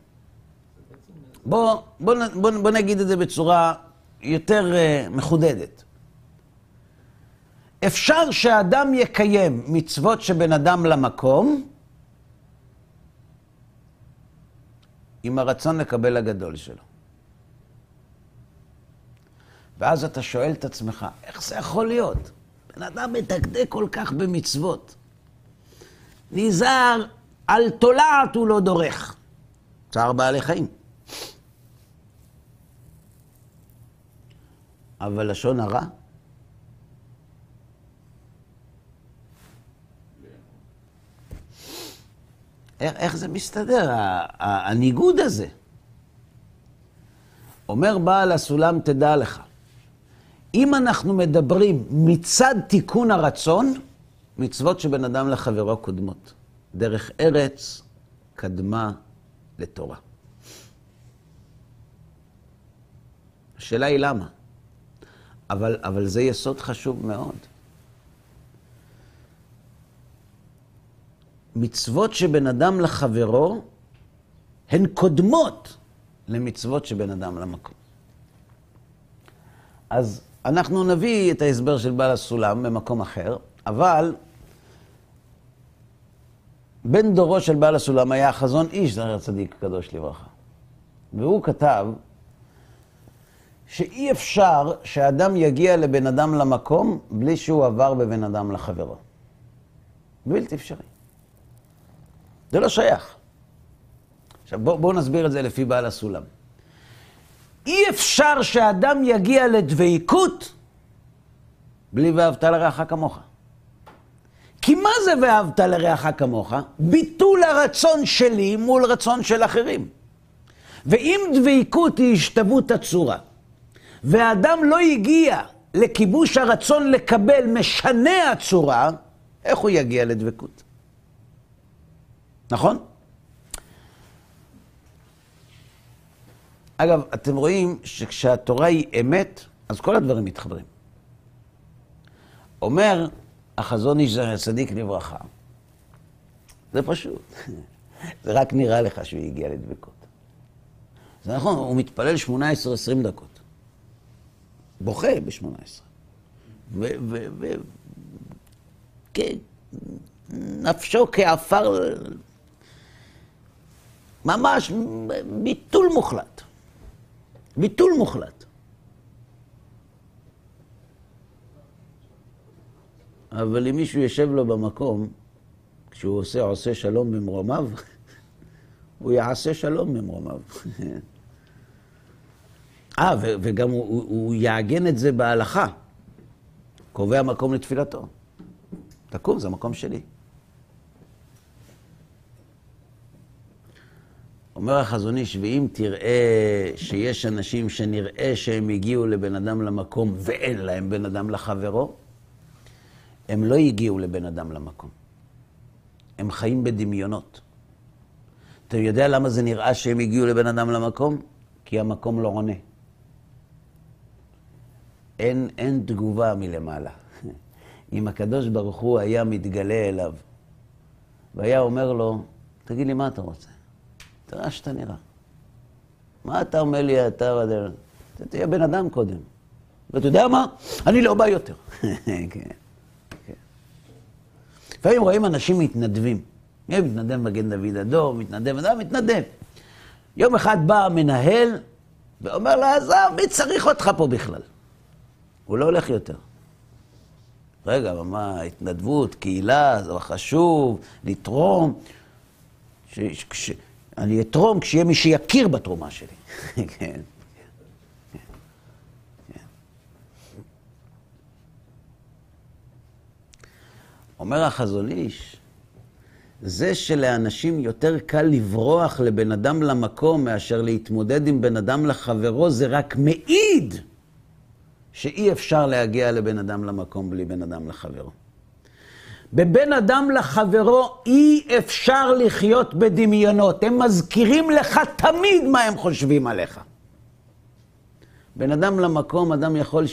בוא נגיד את זה בצורה יותר מחודדת. אפשר שהאדם יקיים מצוות שבין אדם למקום עם הרצון לקבל הגדול שלו. ואז אתה שואל את עצמך, איך זה יכול להיות? בן אדם מדקדק כל כך במצוות. נזהר, על תולעת הוא לא דורך. צער בעלי חיים. אבל לשון הרע? איך זה מסתדר, הניגוד הזה? אומר בעל הסולם, תדע לך, אם אנחנו מדברים מצד תיקון הרצון, מצוות שבין אדם לחברו קודמות. דרך ארץ קדמה לתורה. השאלה היא למה? אבל זה יסוד חשוב מאוד. מצוות שבין אדם לחברו הן קודמות למצוות שבין אדם למקום. אז אנחנו נביא את ההסבר של בעל הסולם במקום אחר, אבל בן דורו של בעל הסולם היה החזון איש, זכר צדיק קדוש לברכה. והוא כתב שאי אפשר שאדם יגיע לבן אדם למקום בלי שהוא עבר בבן אדם לחברו. בלתי אפשרי. זה לא שייך. עכשיו בואו נסביר את זה לפי בעל הסולם. אי אפשר שאדם יגיע לדביקות בלי ואהבת לרעך כמוך. כי מה זה ואהבת לרעך כמוך? ביטול הרצון שלי מול רצון של אחרים. ואם דביקות היא השתוות הצורה, והאדם לא הגיע לכיבוש הרצון לקבל משנה הצורה, איך הוא יגיע לדבקות? נכון? אגב, אתם רואים שכשהתורה היא אמת, אז כל הדברים מתחברים. אומר החזון איש צדיק לברכה, זה פשוט. זה רק נראה לך שהוא הגיע לדבקות. זה נכון, הוא מתפלל 18-20 דקות. בוכה ב-18. כן, נפשו כעפר, ממש ביטול מוחלט. ביטול מוחלט. אבל אם מישהו יושב לו במקום, כשהוא עושה שלום במרומיו, הוא יעשה שלום במרומיו. וגם הוא יעגן את זה בהלכה. קובע מקום לתפילתו. תקום, זה המקום שלי. אומר החזון איש, ואם תראה שיש אנשים שנראה שהם הגיעו לבן אדם למקום ואין להם בן אדם לחברו, הם לא הגיעו לבן אדם למקום. הם חיים בדמיונות. אתה יודע למה זה נראה שהם הגיעו לבן אדם למקום? כי המקום לא עונה. אין תגובה מלמעלה. אם הקדוש ברוך הוא היה מתגלה אליו, והיה אומר לו, תגיד לי מה אתה רוצה? תראה שאתה נראה. מה אתה אומר לי, אתה תהיה בן אדם קודם. ואתה יודע מה? אני לא בא יותר. כן. לפעמים רואים אנשים מתנדבים. מתנדב מגן דוד אדום, מתנדב. יום אחד בא המנהל ואומר לו, עזב, מי צריך אותך פה בכלל? הוא לא הולך יותר. רגע, מה, התנדבות, קהילה, זה חשוב, לתרום. אני אתרום כשיהיה מי שיכיר בתרומה שלי. כן. אומר החזון איש, זה שלאנשים יותר קל לברוח לבן אדם למקום מאשר להתמודד עם בן אדם לחברו, זה רק מעיד שאי אפשר להגיע לבן אדם למקום בלי בן אדם לחברו. בבן אדם לחברו אי אפשר לחיות בדמיונות. הם מזכירים לך תמיד מה הם חושבים עליך. בן אדם למקום, אדם יכול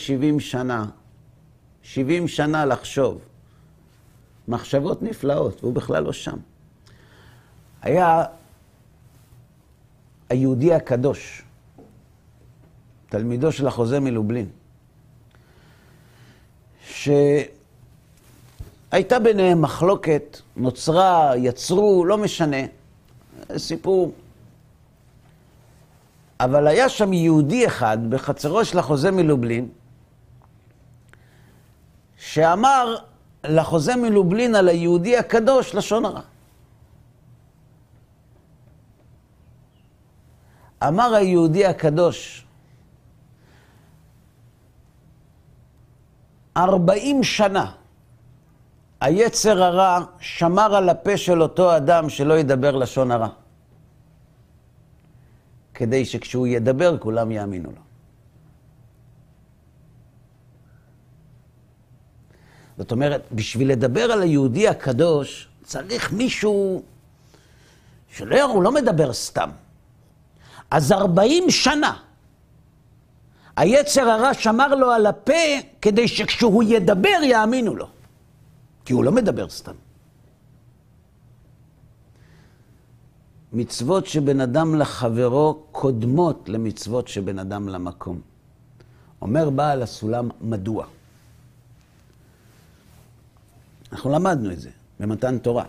70 שנה לחשוב. מחשבות נפלאות, והוא בכלל לא שם. היה היהודי הקדוש, תלמידו של החוזה מלובלין, שהייתה ביניהם מחלוקת, נוצרה, יצרו, לא משנה, סיפור. אבל היה שם יהודי אחד בחצרו של החוזה מלובלין, שאמר לחוזה מלובלין על היהודי הקדוש לשון הרע. אמר היהודי הקדוש, 40 שנה היצר הרע שמר על הפה של אותו אדם שלא ידבר לשון הרע. כדי שכשהוא ידבר כולם יאמינו לו. זאת אומרת, בשביל לדבר על היהודי הקדוש, צריך מישהו הוא לא מדבר סתם. אז 40 שנה היצר הרע שמר לו על הפה כדי שכשהוא ידבר יאמינו לו. כי הוא לא מדבר סתם. מצוות שבן אדם לחברו קודמות למצוות שבן אדם למקום. אומר בעל הסולם, מדוע? אנחנו למדנו את זה במתן תורה.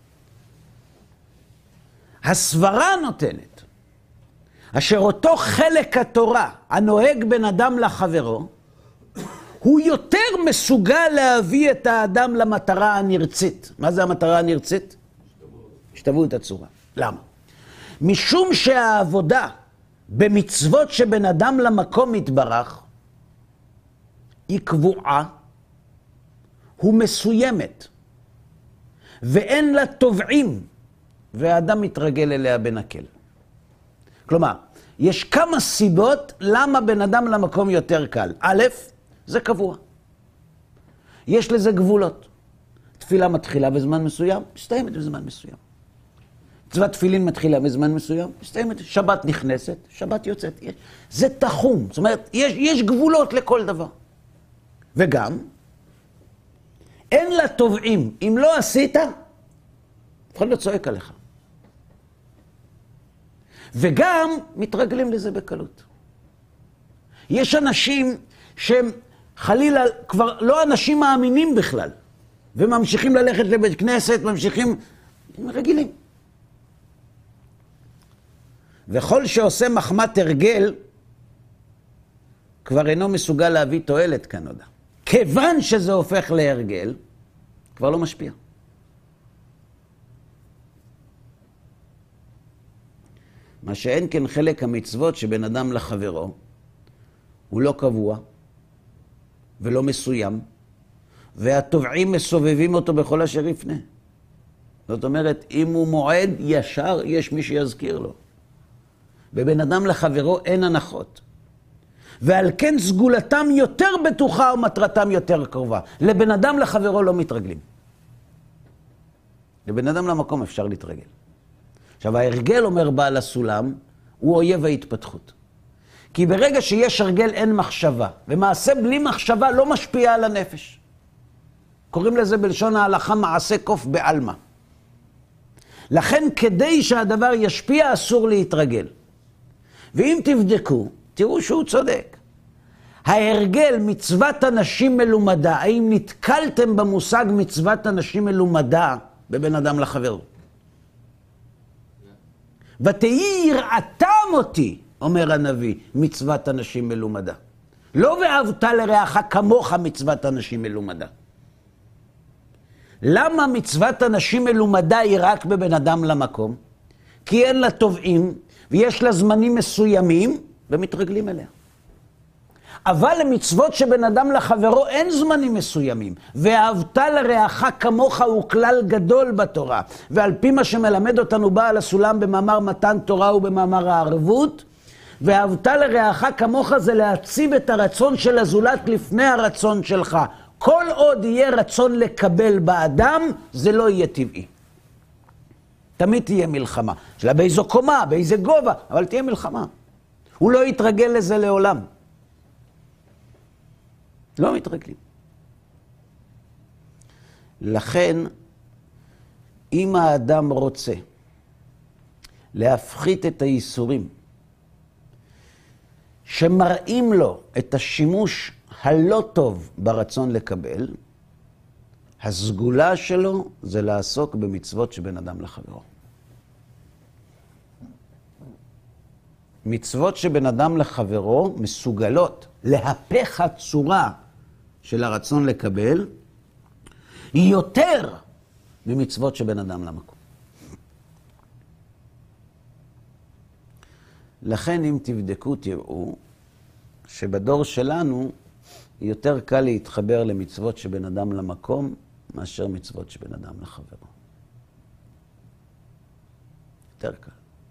הסברה נותנת, אשר אותו חלק התורה הנוהג בן אדם לחברו, הוא יותר מסוגל להביא את האדם למטרה הנרצית. מה זה המטרה הנרצית? שתבואו את הצורה. למה? משום שהעבודה במצוות שבן אדם למקום מתברך, היא קבועה, הוא מסוימת, ואין לה תובעים, והאדם מתרגל אליה בנקל. כלומר, יש כמה סיבות למה בן אדם למקום יותר קל. א', זה קבוע. יש לזה גבולות. תפילה מתחילה בזמן מסוים, מסתיימת בזמן מסוים. מצוות תפילין מתחילה בזמן מסוים, מסתיימת, שבת נכנסת, שבת יוצאת. זה תחום, זאת אומרת, יש גבולות לכל דבר. וגם, אין לה תובעים. אם לא עשית, אף אחד לא צועק עליך. וגם מתרגלים לזה בקלות. יש אנשים שהם חלילה כבר לא אנשים מאמינים בכלל, וממשיכים ללכת לבית כנסת, ממשיכים, הם רגילים. וכל שעושה מחמת הרגל, כבר אינו מסוגל להביא תועלת כנודע. כיוון שזה הופך להרגל, כבר לא משפיע. מה שאין כן חלק המצוות שבין אדם לחברו, הוא לא קבוע ולא מסוים, והתובעים מסובבים אותו בכל אשר יפנה. זאת אומרת, אם הוא מועד ישר, יש מי שיזכיר לו. בבין אדם לחברו אין הנחות. ועל כן סגולתם יותר בטוחה ומטרתם יותר קרובה. לבן אדם לחברו לא מתרגלים. לבן אדם למקום אפשר להתרגל. עכשיו, ההרגל, אומר בעל הסולם, הוא אויב ההתפתחות. כי ברגע שיש הרגל אין מחשבה, ומעשה בלי מחשבה לא משפיע על הנפש. קוראים לזה בלשון ההלכה מעשה קוף בעלמא. לכן כדי שהדבר ישפיע אסור להתרגל. ואם תבדקו, תראו שהוא צודק. ההרגל מצוות אנשים מלומדה, האם נתקלתם במושג מצוות אנשים מלומדה בבן אדם לחברו? ותהי יראתם אותי, אומר הנביא, מצוות אנשים מלומדה. לא ואהבת לרעך כמוך מצוות אנשים מלומדה. למה מצוות אנשים מלומדה היא רק בבן אדם למקום? כי אין לה תובעים, ויש לה זמנים מסוימים, ומתרגלים אליה. אבל למצוות שבן אדם לחברו אין זמנים מסוימים. ואהבת לרעך כמוך הוא כלל גדול בתורה. ועל פי מה שמלמד אותנו בעל הסולם במאמר מתן תורה ובמאמר הערבות, ואהבת לרעך כמוך זה להציב את הרצון של הזולת לפני הרצון שלך. כל עוד יהיה רצון לקבל באדם, זה לא יהיה טבעי. תמיד תהיה מלחמה. שלה באיזו קומה, באיזה גובה, אבל תהיה מלחמה. הוא לא יתרגל לזה לעולם. לא מתרגלים. לכן, אם האדם רוצה להפחית את האיסורים שמראים לו את השימוש הלא טוב ברצון לקבל, הסגולה שלו זה לעסוק במצוות שבין אדם לחברו. מצוות שבין אדם לחברו מסוגלות להפך הצורה של הרצון לקבל, יותר ממצוות שבין אדם למקום. לכן אם תבדקו תראו שבדור שלנו יותר קל להתחבר למצוות שבין אדם למקום מאשר מצוות שבין אדם לחברו. יותר קל.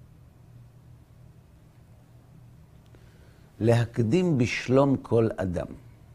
להקדים בשלום כל אדם.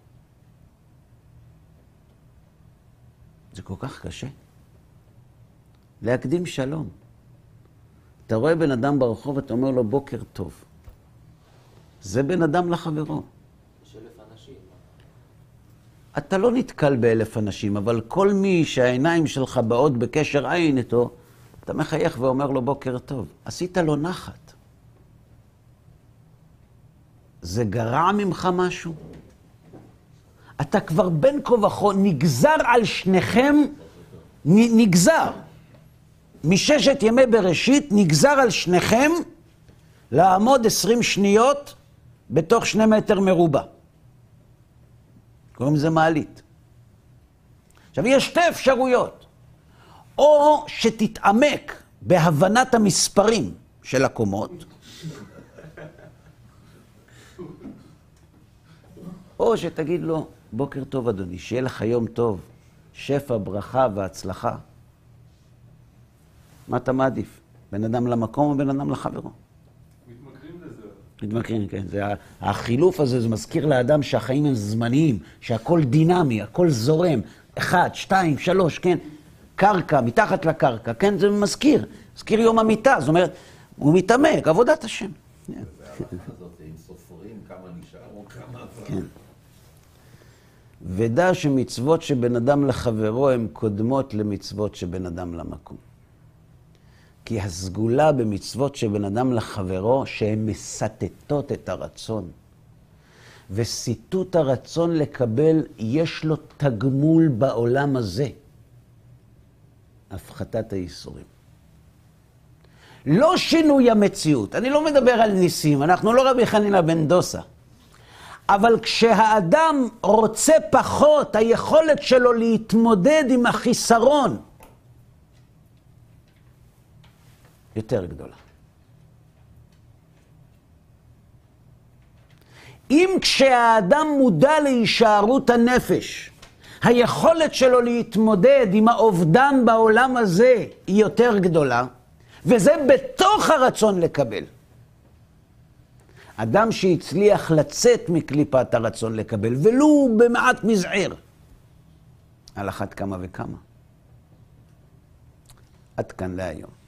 זה כל כך קשה. להקדים שלום. אתה רואה בן אדם ברחוב, אתה אומר לו בוקר טוב. זה בן אדם לחברו. יש 1,000 אנשים. אתה לא נתקל ב1,000 אנשים, אבל כל מי שהעיניים שלך באות בקשר עין איתו, אתה מחייך ואומר לו בוקר טוב. עשית לו נחת. זה גרע ממך משהו? אתה כבר בין כה וכה נגזר על שניכם, נגזר. מששת ימי בראשית נגזר על שניכם לעמוד 20 שניות בתוך 2 מטר מרובע. קוראים לזה מעלית. עכשיו, יש 2 אפשרויות. או שתתעמק בהבנת המספרים של הקומות, או שתגיד לו, בוקר טוב אדוני, שיהיה לך יום טוב, שפע, ברכה והצלחה. מה אתה מעדיף? בן אדם למקום או בן אדם לחברו? מתמכרים לזה. מתמכרים, כן. החילוף הזה, זה מזכיר לאדם שהחיים הם זמניים, שהכל דינמי, הכל זורם. 1, 2, 3, כן. קרקע, מתחת לקרקע, כן? זה מזכיר יום המיטה, זאת אומרת, הוא מתעמק, עבודת השם. וההלכה הזאת, אם סופרים כמה נשאר או כמה... כן. ודע שמצוות שבין אדם לחברו הן קודמות למצוות שבין אדם למקום. כי הסגולה במצוות שבין אדם לחברו שהן מסתתות את הרצון. וסיתות הרצון לקבל יש לו תגמול בעולם הזה. הפחתת הייסורים. לא שינוי המציאות. אני לא מדבר על ניסים, אנחנו לא רבי חנינא בן דוסה. אבל כשהאדם רוצה פחות, היכולת שלו להתמודד עם החיסרון יותר גדולה. אם כשהאדם מודע להישארות הנפש, היכולת שלו להתמודד עם האובדן בעולם הזה היא יותר גדולה, וזה בתוך הרצון לקבל. אדם שהצליח לצאת מקליפת הרצון לקבל, ולו במעט מזעיר, על אחת כמה וכמה. עד כאן להיום.